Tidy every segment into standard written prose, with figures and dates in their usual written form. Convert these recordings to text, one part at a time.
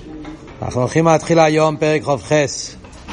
אנחנו הולכים להתחיל היום פרק חופכס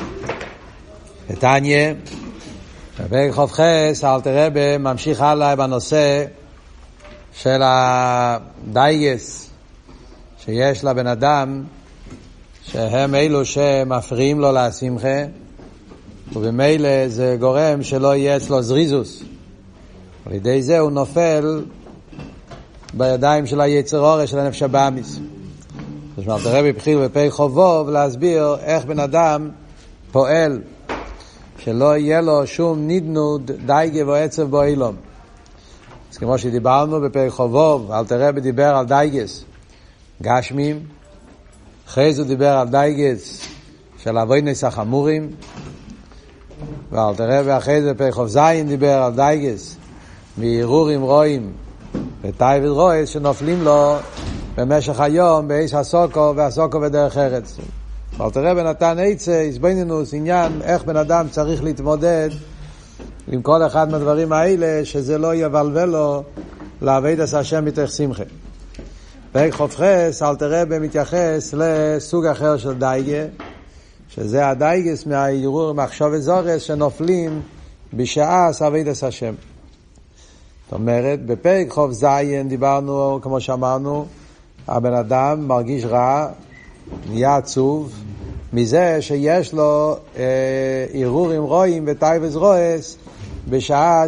בתניה. בפרק חופכס אלתר רבי ממשיך הלאה בנושא של הדייגס שיש לבן אדם, שהם אלו שמפריעים לו לשמחה, ובמילא זה גורם שלא יהיה אצלו זריזוס. על ידי זה הוא נופל בידיים של היצר אור של הנפש הבאמיס. אלתר רבי התחיל בפרק חובוב להסביר איך בן אדם פועל שלא יהיה לו שום נדנוד דייגה ועצב בו אילום. אז כמו שדיברנו בפרק חובוב, אלתר רבי דיבר על דייגס גשמים, אחרי זה דיבר על דייגס של אבוינס החמורים, ואלתר רבי אחרי זה בפרק חוב זין דיבר על דייגס מהרהורים רואים וטייבד רויס שנופלים לו במשך היום באיש הסוקו והסוקו בדרך ארץ. אלתר רבי נתן עצה, הסבינינוס עניין איך בן אדם צריך להתמודד עם כל אחד מהדברים האלה, שזה לא יבלבל לו לעבודת השם מתוך שמחה. פרק חופכס אלתר רבי מתייחס לסוג אחר של דייגה, שזה הדייגס מהערעור מחשבת זורס שנופלים בשעה עבודת השם. זאת אומרת, בפרק חוב זין דיברנו, כמו שאמרנו, הבן אדם מרגיש רע, נהיה עצוב, מזה שיש לו ערעורים רואים וטייבס רועס בשעת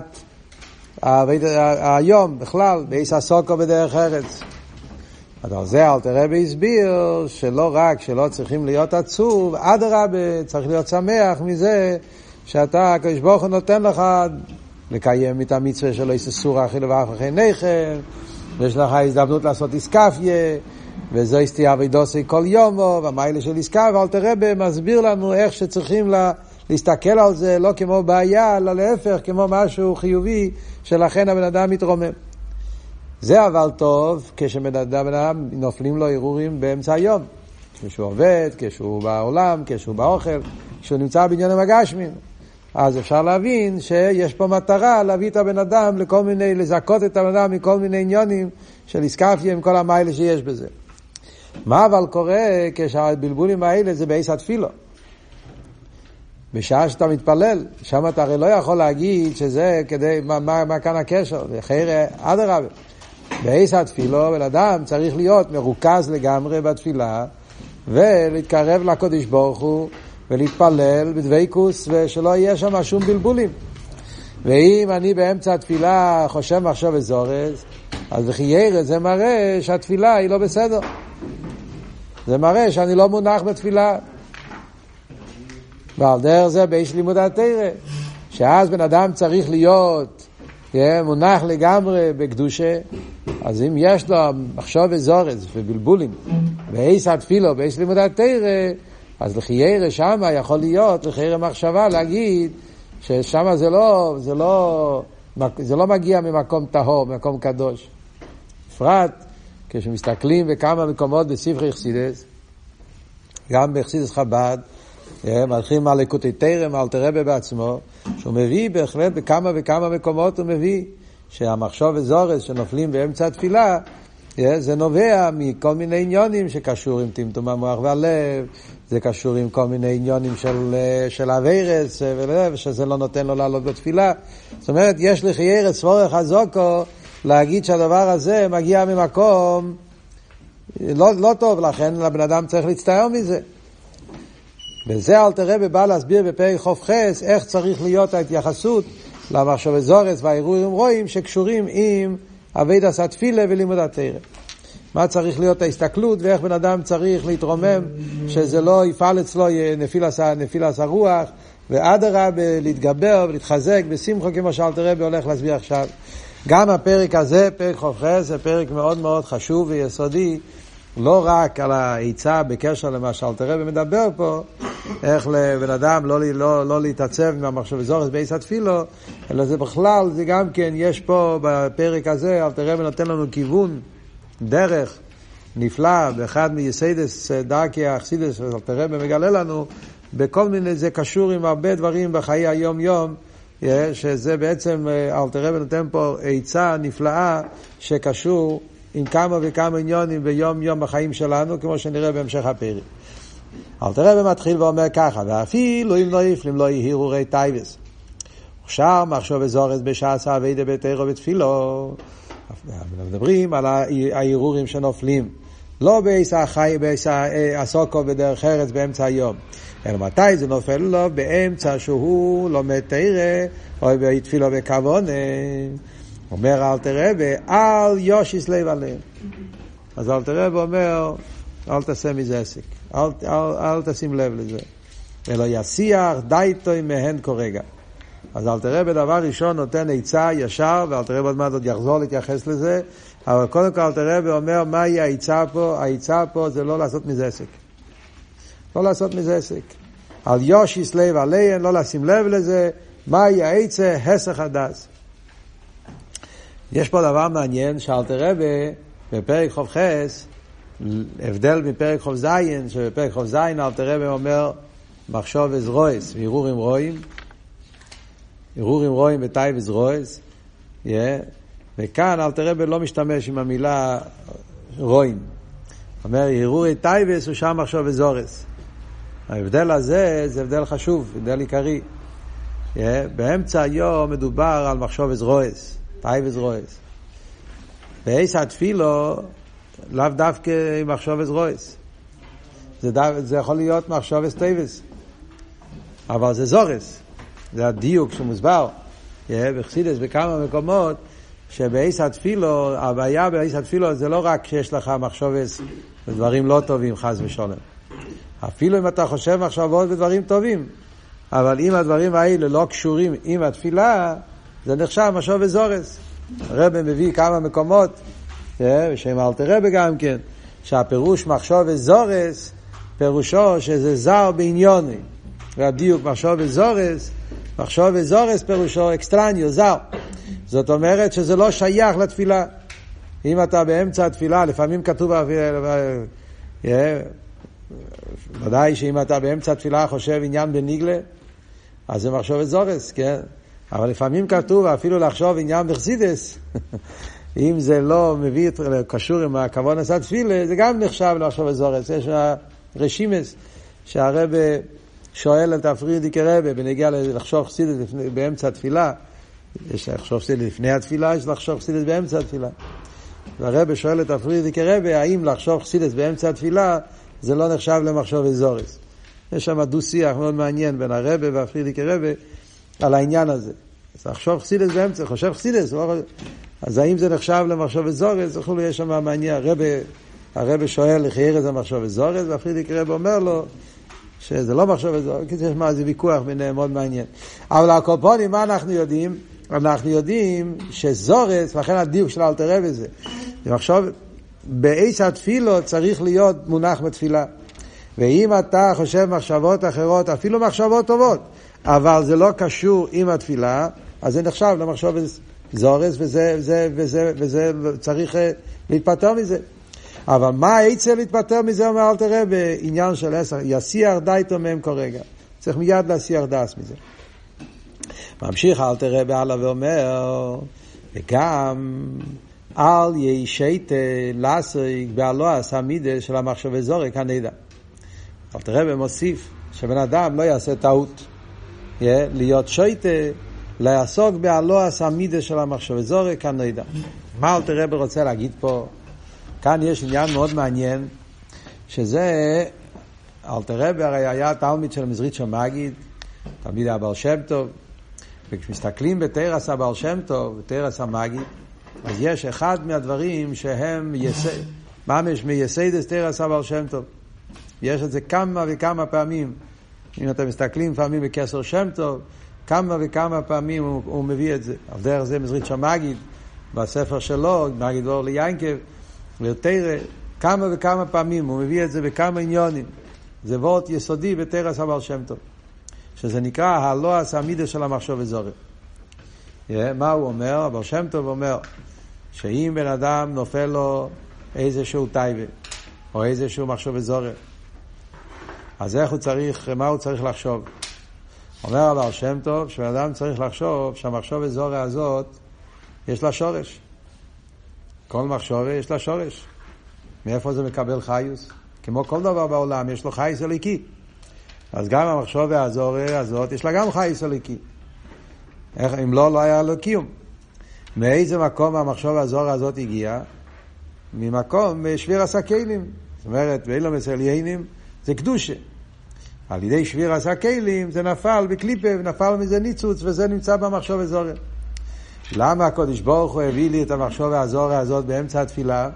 היום בכלל, באיס הסוקו בדרך ארץ. על זה אלתר רבי הסביר שלא רק שלא צריכים להיות עצוב, אדרבה צריך להיות שמח מזה שאתה, הקדוש ברוך הוא נותן לך לקיים את המצווה שלו, איסור אכילה ואף נכר, ויש לך הזדמנות לעשות איסקפיה, וזו אסתי אבידוסי כל יום, והמיילה של איסקפיה. ואלתר רבי מסביר לנו איך שצריכים להסתכל על זה, לא כמו בעיה, אלא להפך, כמו משהו חיובי, שלכן הבן אדם מתרומם. זה אבל טוב כשבן אדם נופלים לו ערעורים באמצע היום, כשהוא עובד, כשהוא בעולם, כשהוא באוכל, כשהוא נמצא בעניינים הגשמיים. אז אפשר להבין שיש פה מטרה להביא את הבן אדם לכל מיני, לזכות את הבן אדם מכל מיני עניונים של איסקפיה עם כל המיילה שיש בזה. מה אבל קורה כשהבלבולים האלה זה בעיס התפילו? בשעה שאתה מתפלל, שם אתה הרי לא יכול להגיד שזה כדי, מה כאן הקשר? זה חיר אדרבה. בעיס התפילו, בן אדם צריך להיות מרוכז לגמרי בתפילה, ולהתקרב לקודש ברוך הוא, ולהתפלל בדוויקוס, ושלא יהיה שם שום בלבולים. ואם אני באמצע התפילה חושב מחשב וזורז, אז בחייר זה מראה שהתפילה היא לא בסדר. זה מראה שאני לא מונח בתפילה. ועל דרך זה באיש לימוד התורה, שאז בן אדם צריך להיות מונח לגמרי בקדושה. אז אם יש לו מחשב וזורז ובלבולים באיש התפילה, באיש לימוד התורה, אז לחייר שם יכול להיות לחייר מחשבה להגיד ששם זה לא מגיע ממקום טהור, ממקום קדוש. בפרט כשמסתכלים בכמה מקומות בספרי חסידס, גם בחסידס חב"ד, מלכים על ליקוטי תורה, אלתר רבי בעצמו, שהוא מביא בהחלט בכמה וכמה מקומות, הוא מביא שהמחשב וזורז שנופלים באמצע התפילה, זה נובע מכל מיני עניונים שקשור עם טמטום המוח והלב, זה קשור עם כל מיני עניונים של הווירס, שזה לא נותן לו לעלות בתפילה. זאת אומרת, יש לחייר סבורך חזוקו להגיד שהדבר הזה מגיע ממקום לא טוב, לכן לבן אדם צריך להצטער מזה. וזה אלתר רבי בא להסביר בפרק חופכס איך צריך להיות ההתייחסות למחשב זורס והערעורים רואים שקשורים עם עבודת התפילה ולימוד התורה. מה צריך להיות ההסתכלות ואיך בן אדם צריך להתרומם שזה לא יפעל אצלו נפילת הרוח, ואדרבה להתגבר ולהתחזק בשמחה, כמו שאלתר רבי הולך להסביר עכשיו. גם הפרק הזה, פרק חופכס, זה פרק מאוד מאוד חשוב ויסודי, לא רק על העיצה בקשר למה שאלתר רבי מדבר פה, איך לבן אדם לא להתעצב מהמחשב זורס בעיס התפילו, אלא זה בכלל, זה גם כן, יש פה בפרק הזה, אלתר רבי נותן לנו כיוון, דרך נפלא, באחד מייסיידס דרכי האחסידס, אלתר רבי מגלה לנו, בכל מיני, זה קשור עם הרבה דברים בחיי היום יום, שזה בעצם אלתר רבי נותן פה עיצה נפלאה שקשור עם כמה וכמה עניונים ביום יום בחיים שלנו, כמו שנראה בהמשך הפרק. אלתר רבי מתחיל ואומר ככה, ואפילו אם לא יפלים לא יהי הרהורי טייבס. עכשיו מחשוב וזורס בשעס העבודה בתורה ובתפילו. מדברים על ההרהורים שנופלים. לא בעשה החי, בעשה עסוקו בדרך ארץ באמצע היום. אלא מתי זה נופל לו? באמצע שהוא לומד תורה, או בתפילו בכוונה. אומר אלתר רבי, אל יושיס לב עליהם. אז אלתר רבי אומר, אל תעשה מזה עסק. אל תשים לב לזה. אלא יסיח דייתו מהן כרגע. אז אלתר רבי דבר ראשון נותן עצה ישר, ואלתר רבי עוד מעט עוד יחזור להתייחס לזה, אבל קודם כל אלתר רבי אומר, מהי העצה פה? העצה פה זה לא לעשות מזה עסק. לא לעשות מזה עסק. על יושיס לב עליהם, לא לשים לב לזה, מהי העצה? הסח הדס. יש פה דבר מעניין, שאלתר רבי בפרק חופכס, הבדל מפרק חוב זין, שבפרק חוב זין אלתר רבי אומר מחשוב וזרויס והרהורים רואים, הרהורים רואים וטייב וזרויס, וכאן אלתר רבי לא משתמש עם המילה רואים, אומר הרהורי טייבס ושם מחשוב וזורס. ההבדל הזה זה הבדל חשוב, הבדל עיקרי. באמצע היום מדובר על מחשוב וזרויס, טייב וזרויס. בעשה התפילו לאו דווקא עם מחשוב וזרויס. זה יכול להיות מחשוב וסטייבס. אבל זה זורס. זה הדיוק שמוסבר. בחסידות בכמה מקומות, שבעשה התפילו, הבעיה בעשה התפילו זה לא רק שיש לך מחשובס ודברים לא טובים, חס ושלום. אפילו אם אתה חושב מחשבות ודברים טובים. אבל אם הדברים האלה לא קשורים עם התפילה, זה נחשב מחשוב וזורס. הרב מביא כמה מקומות, ושם אלתר רבי גם כן, שהפירוש מחשוב וזורס, פירושו שזה זר בעניוני. והדיוק מחשוב וזורס, מחשוב וזורס פירושו אקסטרניו, זר. זאת אומרת שזה לא שייך לתפילה. אם אתה באמצע התפילה, לפעמים כתוב, ודאי שאם אתה באמצע התפילה חושב עניין בניגלה, אז זה מחשוב וזורס, כן? אבל לפעמים כתוב אפילו לחשוב עניין בחסידות, אם זה לא מביא קשור עם הכוונה של התפילה, זה גם נחשב לחשוב וזורס. יש רשימס שהרב שואל את הפרידיקי רבי בנגיע לחשוב חסידות באמצע התפילה. יש לחשוב חסידות לפני התפילה, יש לחשוב חסידות באמצע התפילה. והרב שואל את הפרידיקי רבי, האם לחשוב חסידות באמצע התפילה זה לא נחשב למחשוב וזורס. יש שם דו-שיח מאוד מעניין בין הרב והפרידיקי רבי על העניין הזה. אז לחשוב חסידות באמצע, חושב חסידות, אז האם זה נחשב למחשוב וזורס? יש שם מעניין, הרב שואל לחייר את זה מחשוב וזורס, והפרידיקי רבי אומר לו שזה לא מחשוב וזורס, כי יש מה זה ויכוח ביניהם מאוד מעניין. אבל הקופונים, מה אנחנו יודעים? אנחנו יודעים שזורס, לכן הדיוק של אלתר רבי זה, מחשוב, בעשה התפילו צריך להיות מונח בתפילה. ואם אתה חושב מחשבות אחרות, אפילו מחשבות טובות, אבל זה לא קשור עם התפילה, אז זה נחשב למחשוב זורס, וזה צריך להתפטר מזה. אבל מה העצה להתפטר מזה, אומר אלתר רבי, עניין של יסיח דייתו מהם כרגע. צריך מיד להסיח דס מזה. ממשיך אלתר רבי הלאה ואומר, וגם אל ישית לעסוק באלוהס המידה של המחשבה זורק הנדע. אלתר רבי מוסיף שבן אדם לא יעשה טעות, להיות שויטה, לעסוק באלוהס המידה של המחשבה זורק הנדע. מה אלתר רבי רוצה להגיד פה? כאן יש עניין מאוד מעניין, שזה, אלתר רבי הרי היה תלמיד של מזריץ' המגיד, תלמיד הבעל שם טוב, וכשמסתכלים בתרס הבעל שם טוב, בתרס המגיד, אז יש אחד מהדברים שהם ממש מייסד תרס הבעל שם טוב. יש את זה כמה וכמה פעמים. אם אתם מסתכלים פעמים בקסר שם טוב, כמה וכמה פעמים הוא מביא את זה. על דרך זה מזריץ' המגיד, בספר שלו, מגיד אור ליינקב, ותרא, כמה וכמה פעמים הוא מביא את זה בכמה עניונים. זה וורט יסודי בתרס הבעל שם טוב, שזה נקרא הלועס המידה של המחשוב וזורק. מה הוא אומר? הבעל שם טוב אומר שאם בן אדם נופל לו איזשהו טייבה או איזשהו מחשוב וזורק, אז איך הוא צריך, מה הוא צריך לחשוב? אומר הבעל שם טוב שבן אדם צריך לחשוב שהמחשוב וזורק הזאת יש לה שורש. כל מחשבה יש לה שורש. מאיפה זה מקבל חיוס? כמו כל דבר בעולם, יש לו חייס אליקי. אז גם המחשבה הזאת, יש לה גם חייס אליקי. אם לא היה לו קיום. מאיזה מקום המחשבה הזאת הגיעה? ממקום שביר הסקלים. זאת אומרת, ואילו מסליינים זה קדושה. על ידי שביר הסקלים זה נפל בקליפה, ונפל מזה ניצוץ, וזה נמצא במחשבה זורה. למה הקדוש ברוך הוא הביא לי את המחשבה הזאת באמצע התפילה?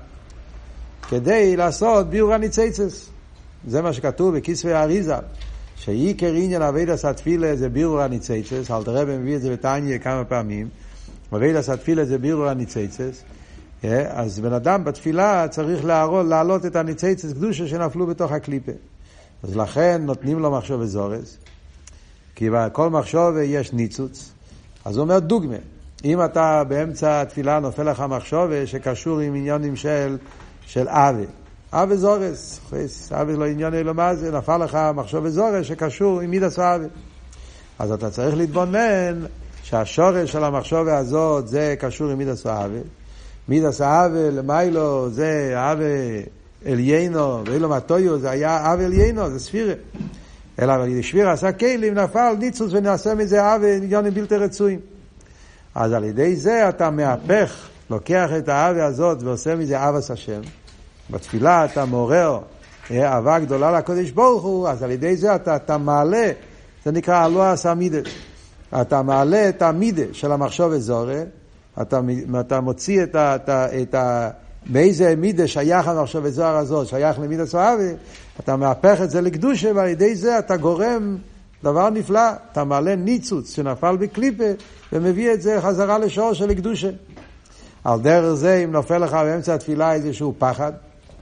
כדי לעשות ביור הניציצס. זה מה שכתוב בכספי האריזה, שעיקר עניין עבודת התפילה זה ביור הניציצס. אלתר רבי מביא את זה בתניא כמה פעמים. עבודת התפילה זה ביור הניציצס. אז בן אדם בתפילה צריך להעלות את הניציצס קדושה שנפלו בתוך הקליפה. אז לכן נותנים לו מחשבה זורס, כי בכל מחשבה יש ניצוץ. אז הוא אומר דוגמה, אם אתה באמצע התפילה נופל לך מחשבה שקשור עם עניינים של אבה זורס, אבה לא עניין אלו מה זה, נפל לך מחשבה זורס שקשור עם מידס אבה. אז אתה צריך להתבונן שהשורש של המחשבה הזאת זה קשור עם מידס אבה. מידס אבה למיילו זה אבה אליינו, ואילו מתויו זה היה אב אליינו, זה ספירה. אלא ספירה עשה כלים, נפל ניצוץ ונעשה מזה אב עניינים בלתי רצויים. אז על ידי זה אתה מהפך, לוקח את האב הזאת ועושה מזה אבס השם. בתפילה אתה מעורר אהבה גדולה לקדוש ברוך הוא, אז על ידי זה אתה מעלה, זה נקרא אלוה עשה מידה. אתה מעלה את המידה של המחשבה זורה, אתה מוציא את באיזה מידה שייך המחשבה זוהר הזאת, שייך למידה סואבה, אתה מהפך את זה לקדושה, ועל ידי זה אתה גורם דבר נפלא, אתה מעלה ניצוץ שנפל בקליפה, ומביא את זה חזרה לשור של לקדושה. על דרך זה, אם נופל לך באמצע התפילה איזשהו פחד,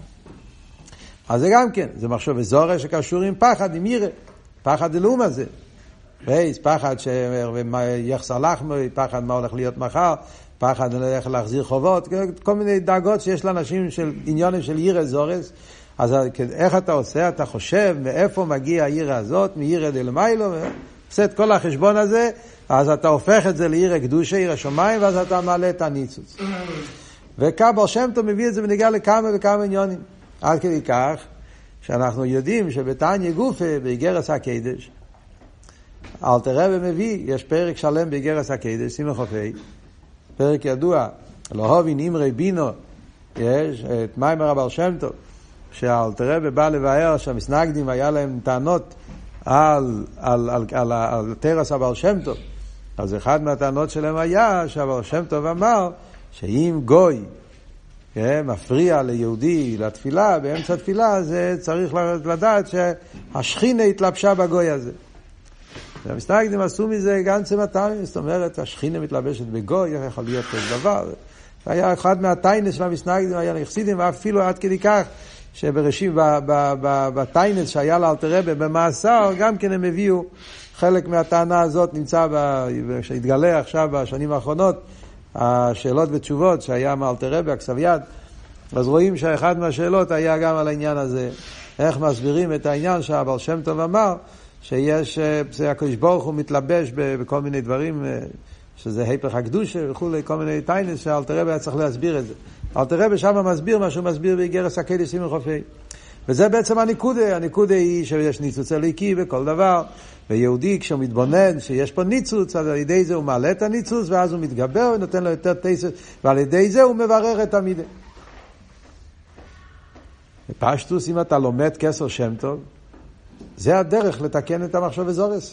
אז זה גם כן, זה מחשבה זוהר שקשור עם פחד, עם ירא, פחד אלום הזה. פחד שיחסר לחמו, פחד מה הולך להיות מחר, פחד איך להחזיר חובות, כל מיני דאגות שיש לאנשים של עניונים של ירא זורס. אז איך אתה עושה? אתה חושב מאיפה מגיע הירא הזאת, מירא דלמיילו, עושה את כל החשבון הזה, אז אתה הופך את זה לירא קדושה, ירא שמיים, ואז אתה מעלה את הניצוץ. וקבל שם טוב מביא את זה בנגיעה לכמה וכמה עניונים. עד כדי כך שאנחנו יודעים שבתניא גופה, באיגרס הקדש, אלתר רבי מביא, יש פרק שלם באיגרס הקדש, סימן חופי, פרק ידוע, לא הבין אמרי בינו, יש את מאמר הבעל שם טוב, שאלתר רבי בא לבאר שהמסנגדים היה להם טענות על תרס הבעל שם טוב. אז אחד מהטענות שלהם היה שהבעל שם טוב אמר שאם גוי מפריע ליהודי לתפילה, באמצע התפילה, זה צריך לדעת שהשכינה התלבשה בגוי הזה. והמסנגדים עשו מזה גנצה מטעמים, זאת אומרת, השכינה מתלבשת בגוי, איך יכול להיות כזה דבר. זה היה אחד מהטיינס של המסנגדים, היה לחסידים, ואפילו עד כדי כך, שבראשית, בטיינס שהיה לאלתר רבי במאסר, גם כן הם הביאו, חלק מהטענה הזאת נמצא, שהתגלה עכשיו בשנים האחרונות, השאלות ותשובות שהיה מאלתר רבי, הכסף יד, אז רואים שאחד מהשאלות היה גם על העניין הזה, איך מסבירים את העניין שהבעל שם טוב אמר, שיש, הקדוש ברוך הוא מתלבש בכל מיני דברים, שזה היפך הקדושה וכו', כל מיני טיינס שאלתר רבי היה צריך להסביר את זה. אלתר רבי שם מסביר מה שהוא מסביר באיגרס הקדש סימן חופי. וזה בעצם הניקודה. הניקודה היא שיש ניצוץ אלוקי בכל דבר, ויהודי כשהוא מתבונן שיש פה ניצוץ, אז על ידי זה הוא מעלה את הניצוץ, ואז הוא מתגבר ונותן לו יותר תסס, ועל ידי זה הוא מברר את המידה. בפשטוס, אם אתה לומד כסר שם טוב, זה הדרך לתקן את המחשבה זורס.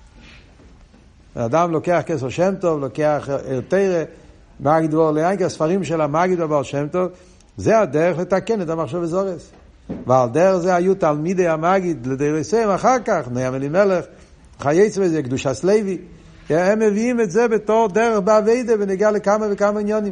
האדם לוקח כסר שם טוב, לוקח תורה, מגיד דבור ליינקה, הספרים של המגיד דבור שם טוב, זה הדרך לתקן את המחשבה זורס. ועל דרך זה היו תלמידי המגיד לדרסם אחר כך, נהיה מלימלך, חייץ וזה, קדושת לוי, הם מביאים את זה בתור דרך בעבודה ונגיע לכמה וכמה עניונים.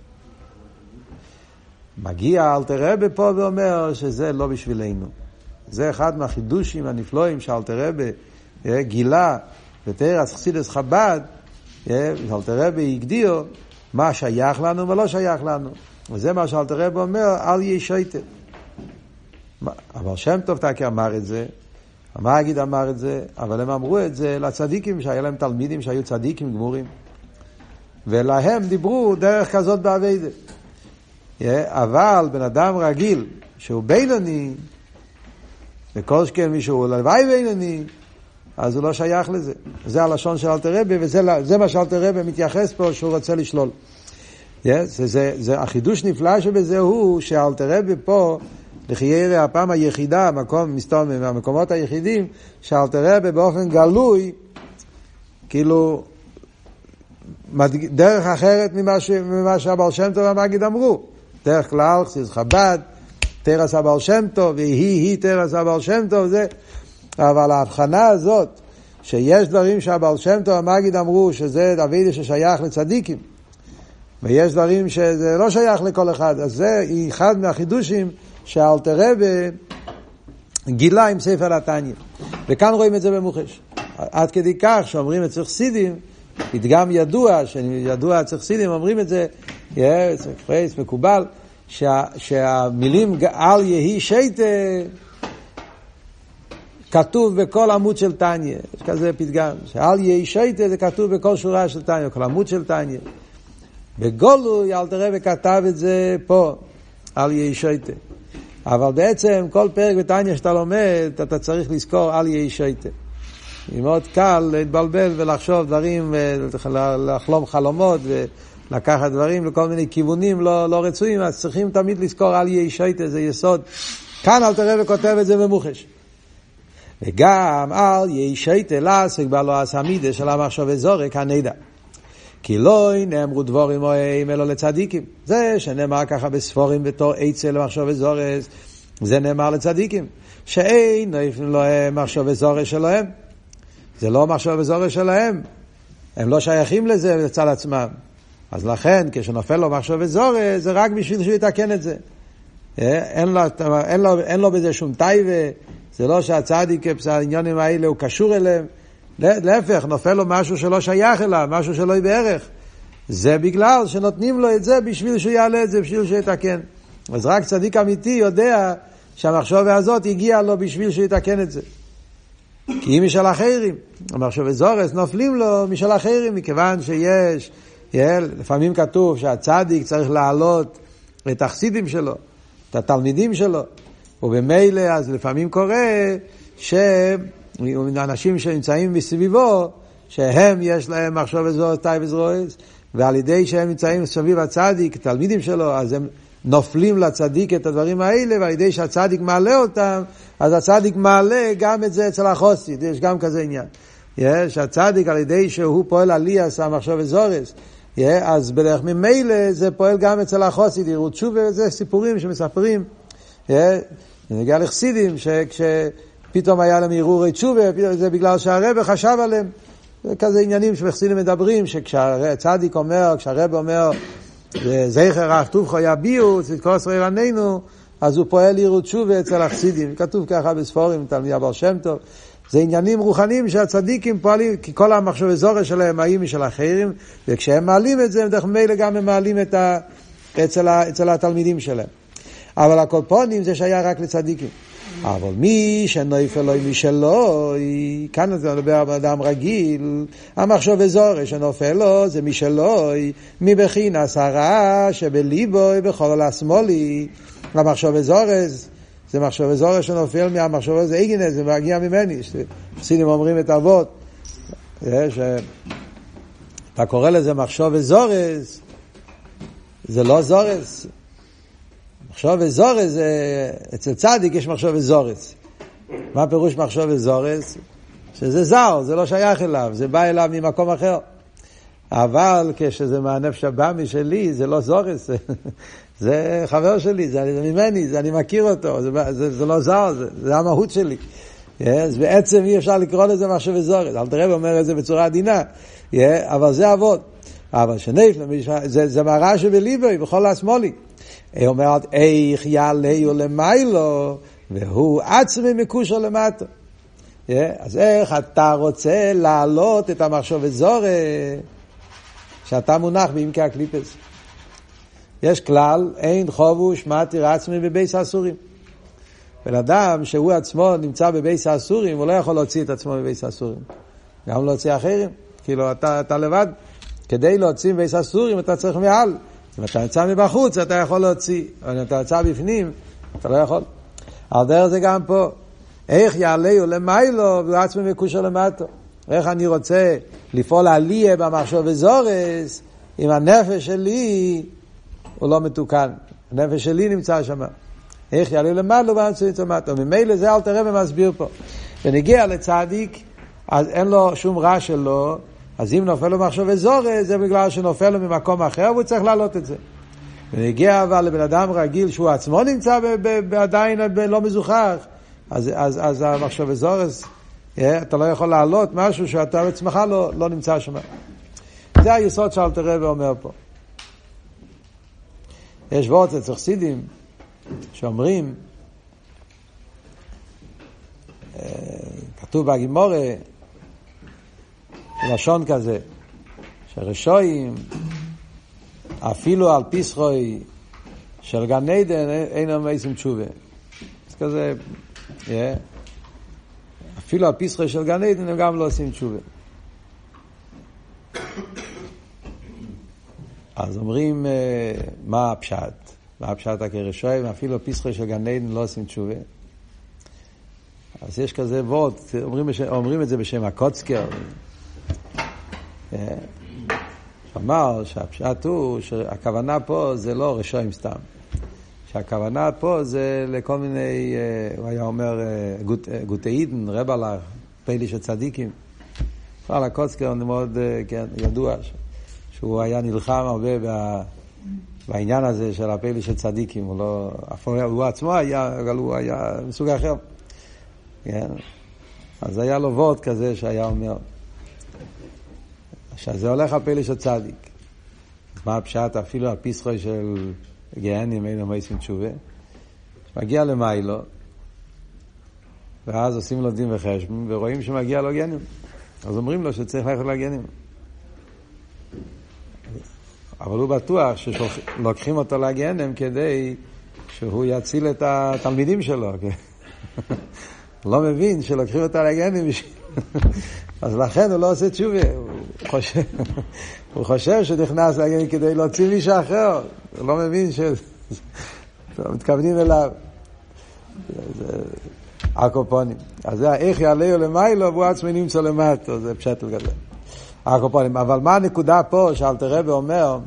מגיע אלתר רבי פה ואומר שזה לא בשבילנו. זה אחד מהחידושים הנפלאים שאלתר רבי גילה בתרס חסידס חב"ד, אלתר רבי הגדיר מה שייך לנו ולא שייך לנו. וזה מה שאלתר רבי אומר, אל יהיה שויטה. אבל שם טוב תקי אמר את זה, המגיד אמר את זה, אבל הם אמרו את זה לצדיקים שהיה להם תלמידים שהיו צדיקים גמורים. ולהם דיברו דרך כזאת בעבודה. אבל בן אדם רגיל, שהוא בינוני, וכל שכן מישהו לוואי בינוני, אז הוא לא שייך לזה. זה הלשון של אלתר רבי, וזה מה שאלתר רבי מתייחס פה, שהוא רוצה לשלול. זה החידוש נפלא שבזה הוא, שאלתר רבי פה, לחיירי הפעם היחידה, מהמקומות היחידים, שאלתר רבי באופן גלוי, כאילו, דרך אחרת ממה שהבעל שם טוב והמגיד אמרו. דרך כלל, חסידות חב"ד, תרס הבעל שם טוב, והיא תרס הבעל שם טוב, זה. אבל ההבחנה הזאת, שיש דברים שהבעל שם טוב והמגיד אמרו, שזה דוד ששייך לצדיקים, ויש דברים שזה לא שייך לכל אחד, אז זה אחד מהחידושים שאלתר רבי גילה עם ספר התניא. וכאן רואים את זה במוחש. עד כדי כך שאומרים אצל חסידים, פתגם ידוע, שידוע אצל חסידים, אומרים את זה, פרייס מקובל, שהמילים על יהי שייטה כתוב בכל עמוד של תניא. יש כזה פתגם, שעל יהי שייטה זה כתוב בכל שורה של תניא, כל עמוד של תניא. בגולוי אלתר רבי כתב את זה פה, על יהי שייטה. אבל בעצם כל פרק בתניא שאתה לומד, אתה צריך לזכור על יהי שייטה. היא מאוד קל להתבלבל ולחשוב דברים, לחלום חלומות ולקחת דברים לכל מיני כיוונים לא רצויים, אז צריכים תמיד לזכור על יהי שייטה, זה יסוד. כאן אלתר רבי כותב את זה במוחש. וגם על יהי שייטה לעסק בעלו הסמידה של המחשבה זורק הנדע. כי לא נאמרו דבורים מוהם אלו לצדיקים. זה שנאמר ככה בספורים בתור עצה למחשבה זורס, זה נאמר לצדיקים. שאין נפנו להם מחשבה זורס שלהם. זה לא מחשבה זורס שלהם. הם לא שייכים לזה לצד עצמם. אז לכן כשנופל לו מחשבה זורס, זה רק בשביל שהוא יתקן את זה. אין לו בזה שום טייבה. זה לא שהצדיק העניינים האלה הוא קשור אליהם. להפך, נופל לו משהו שלא שייך אליו, משהו שלא יהיה בערך. זה בגלל שנותנים לו את זה בשביל שהוא יעלה את זה, בשביל שהוא יתקן. אז רק צדיק אמיתי יודע שהמחשבה הזאת הגיעה לו בשביל שהוא יתקן את זה. כי היא משל אחרים. המחשבה זורס נופלים לו משל אחרים, מכיוון שיש, לפעמים כתוב שהצדיק צריך להעלות את החסידים שלו, את התלמידים שלו. ובמילא אז לפעמים קורה אנשים שנמצאים מסביבו, שהם יש להם מחשבה זורס, טייבה זורס, ועל ידי שהם נמצאים סביב הצדיק, תלמידים שלו, אז הם נופלים לצדיק את הדברים האלה, ועל ידי שהצדיק מעלה אותם, אז הצדיק מעלה גם את זה אצל החסיד. יש גם כזה עניין. שהצדיק על ידי שהוא פועל עלייה, המחשבה זורס, אז בדרך ממילא זה פועל גם אצל החסיד. יראו תשובה, וזה סיפורים שמספרים. נגיע לחסידים, פתאום היה להם ערעורי תשובה, זה בגלל שהרבא חשב עליהם. זה כזה עניינים שבחסידים מדברים, שכשהצדיק אומר, כשהרבא אומר, זכר אך טובך יביעו, צדקו שריר עננו, אז הוא פועל ערעור תשובה אצל החסידים. כתוב ככה בספורים, תלמיד הבעל שם טוב. זה עניינים רוחניים שהצדיקים פועלים, כי כל המחשבה זורס שלהם היו משל אחרים, וכשהם מעלים את זה, הם דרך מילא גם הם מעלים אצל התלמידים שלהם. אבל הקולפונים זה שהיה רק לצדיקים. אבל מי שנויפל לו מי שלא, כאן זה מדבר על אדם רגיל, המחשבה זורס שנופל לו זה מי שלא, מבחינס הרע שבליבו בכל השמאלי. המחשבה זורס זה מחשבה זורס שנופל מהמחשבה, זה איגנס, זה מגיע ממני. חסידים אומרים את אבות, שאתה קורא לזה מחשבה זורס, זה לא זורס. מחשבה זורס, אצל צדיק יש מחשבה זורס. מה פירוש מחשבה זורס? שזה זר, זה לא שייך אליו, זה בא אליו ממקום אחר. אבל כשזה מהנפש הבאמי שלי, זה לא זורס, זה חבר שלי, זה ממני, זה אני מכיר אותו, זה לא זר, זה המהות שלי. אז בעצם אי אפשר לקרוא לזה מחשבה זורס. אלתר רבי אומר את זה בצורה עדינה, אבל זה אבות. אבל שנפל, זה מהרע שבליבו, בכל השמאלי. היא אומרת, איך יעלהו למיילו, והוא עצמי מקושר למטה. אז איך אתה רוצה להעלות את המחשבה זורס, שאתה מונח בעמקי הקליפס? יש כלל, אין חובוש מתיר עצמי בבייס האסורים. בן אדם שהוא עצמו נמצא בבייס האסורים, הוא לא יכול להוציא את עצמו בבייס האסורים. גם להוציא אחרים. כאילו, אתה לבד. כדי להוציא בבייס האסורים, אתה צריך מעל. אם אתה יצא מבחוץ, אתה יכול להוציא. אבל אם אתה יצא בפנים, אתה לא יכול. על דרך זה גם פה. איך יעלהו למיילו ועצמי מקושר למטו. איך אני רוצה לפעול עליה במחשוב וזורס, אם הנפש שלי הוא לא מתוקן. הנפש שלי נמצא שם. איך יעלהו למטו ועצמי מקושר למטו. ממילא זה אל תראה ומסביר פה. ונגיע לצדיק, אז אין לו שום רע שלו, אז אם נופל לו מחשוב וזורס, זה בגלל שנופל לו ממקום אחר, והוא צריך להעלות את זה. ונגיע אבל לבן אדם רגיל שהוא עצמו נמצא עדיין לא מזוכח, אז המחשוב וזורס, אתה לא יכול להעלות משהו שאתה עצמך לא נמצא שם. זה היסוד שאל תראה ואומר פה. יש וורט אצל חסידים שאומרים, כתוב בגימורה, לשון כזה, שרשויים, אפילו על פיסחוי של גן עדן, אינם עושים תשובה. אז כזה, אפילו על פיסחוי של גן עדן, הם גם לא עושים תשובה. אז אומרים, מה הפשט? מה הפשט הכרשויים? אפילו פיסחוי של גן עדן לא עושים תשובה. אז יש כזה וורט, אומרים את זה בשם הקוצקר. אמר שהפשט הוא שהכוונה פה זה לא רשועים סתם. שהכוונה פה זה לכל מיני, הוא היה אומר, גוטאידן, רבלך, פיילי של צדיקים. בכלל הקוצקר מאוד ידוע שהוא היה נלחם הרבה בעניין הזה של הפיילי של צדיקים. הוא עצמו היה, אבל הוא היה מסוג אחר. אז היה לו וורט כזה שהיה אומר שזה הולך על פלא של צדיק. מה הפשט? אפילו הפיסחוי של גהנים אין המייסים תשובה, מגיע למיילו ואז עושים לו דין וחשבון ורואים שמגיע לו גהנים, אז אומרים לו שצריך ללכת לגהנים, אבל הוא בטוח שלוקחים אותו לגהנים כדי שהוא יציל את התלמידים שלו. לא מבין שלוקחים אותה לגהנים אז לכן הוא לא עושה תשובה. הוא חושב שנכנס לגהנים כדי להוציא מישהו אחר. הוא לא מבין מתכוונים אליו. הקופונים. אז זה איך יעלהו למיילו והוא עצמי נמצא למטו. זה פשט לגדול. הקופונים. אבל מה הנקודה פה שאל תראה ואומר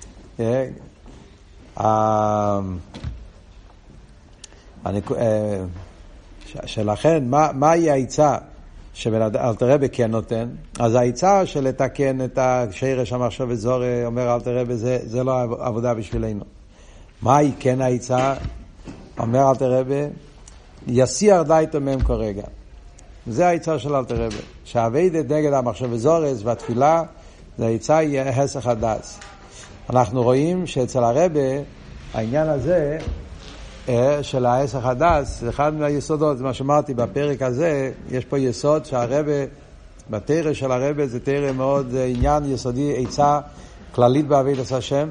שלכן מהי העיצה שאלתר רבי כן נותן? אז העיצה של לתקן את השרש המחשוב וזור, אומר אלתר רבי, זה לא עבודה בשבילנו. מהי כן העיצה? אומר אלתר רבי, יסיח דייתו מהם כרגע. זה העיצה של אלתר רבי, שהעבודת נגד המחשוב וזורס והתפילה, זה העיצה יהיה הסח הדס. אנחנו רואים שאצל הרבי העניין הזה של ההסח הדס, זה אחד מהיסודות, זה מה שאמרתי בפרק הזה, יש פה יסוד שהרבי, בתורה של הרבי זה תורה מאוד עניין יסודי, עצה כללית בעבודת השם.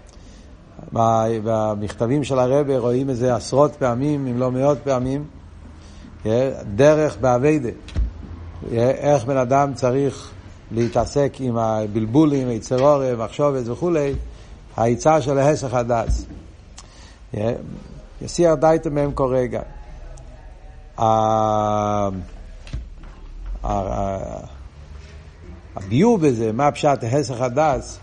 במכתבים של הרבי רואים את זה עשרות פעמים, אם לא מאות פעמים, דרך בעבודה, איך בן אדם צריך להתעסק עם הבלבולים, יצרור, מחשבת וכו', העצה של ההסח הדס. יסיח דייתו מהם כרגע. הביור בזה, מה פשט הסח הדס,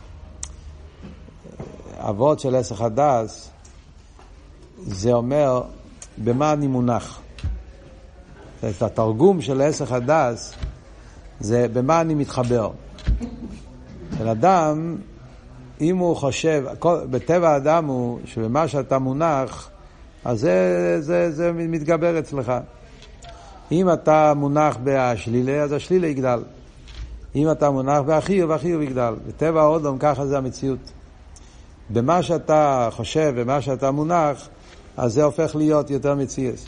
אבות של הסח הדס, זה אומר במה אני מונח. את התרגום של הסח הדס זה במה אני מתחבר. של אדם, אם הוא חושב, בטבע האדם הוא שבמה שאתה מונח, אז זה מתגבר אצלך. אם אתה מונח בהשלילה, אז השלילה יגדל. אם אתה מונח בהחיוב, החיוב יגדל. בטבע האדם ככה זה המציאות. במה שאתה חושב, במה שאתה מונח, אז זה הופך להיות יותר מציאס.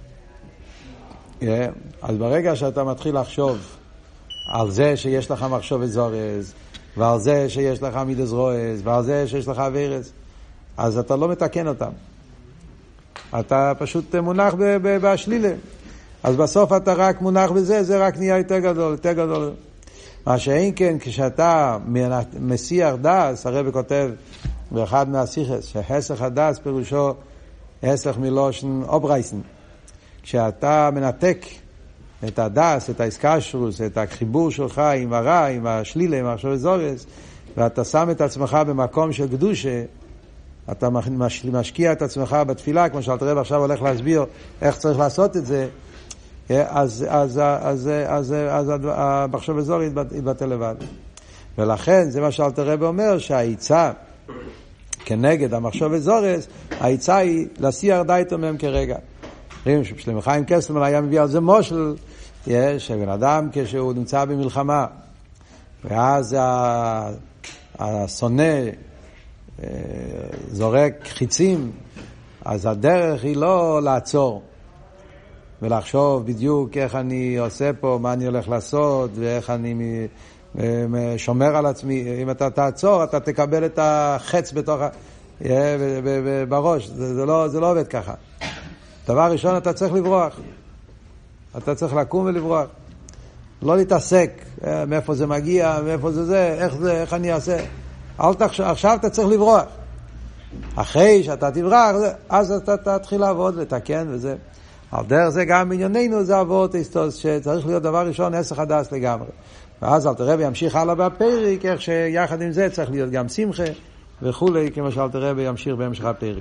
אז ברגע שאתה מתחיל לחשוב על זה שיש לך מחשבת זורז, ועל זה שיש לך מידס רועז, ועל זה שיש לך עבירס, אז אתה לא מתקן אותם. אתה פשוט מונח בהשלילה. אז בסוף אתה רק מונח בזה, זה רק נהיה יותר גדול, יותר גדול. מה שאין כן, כשאתה מסיח דס, הרבי כותב באחד מהשיחס, שהסך הדס פירושו הסך מלושן אוברייסן. כשאתה מנתק את הדס, את האיסקשרוס, את החיבור שלך עם הרע, עם השלילה, עם המחשב זורס, ואתה שם את עצמך במקום של קדושה, אתה משקיע את עצמך בתפילה, כמו שאלתר רבי עכשיו הולך להסביר איך צריך לעשות את זה, אז המחשב זורס יתבטל לבד. ולכן זה מה שאלתר רבי אומר, שהעיצה כנגד המחשב זורס, העיצה היא להסיר דייתו מהם כרגע. שלמה חיים קסטלמן היה מביא על זה מושל, שבן אדם כשהוא נמצא במלחמה, ואז השונא זורק חיצים, אז הדרך היא לא לעצור ולחשוב בדיוק איך אני עושה פה, מה אני הולך לעשות, ואיך אני שומר על עצמי. אם אתה תעצור, אתה תקבל את החץ בתוך בראש. זה לא עובד ככה. דבר ראשון, אתה צריך לברוח. אתה צריך לקום ולברוח. לא להתעסק מאיפה זה מגיע, מאיפה זה, איך אני אעשה. עכשיו אתה צריך לברוח. אחרי שאתה תברח, אז אתה תתחיל לעבוד, לתקן וזה. על דרך זה גם בענייננו זה עבוד שצריך להיות דבר ראשון, הסך הדס לגמרי. ואז אלתר רבי ימשיך הלאה בפרק, איך שיחד עם זה צריך להיות גם שמחה וכולי, כמו שאלתר רבי ימשיך בהמשך הפרק.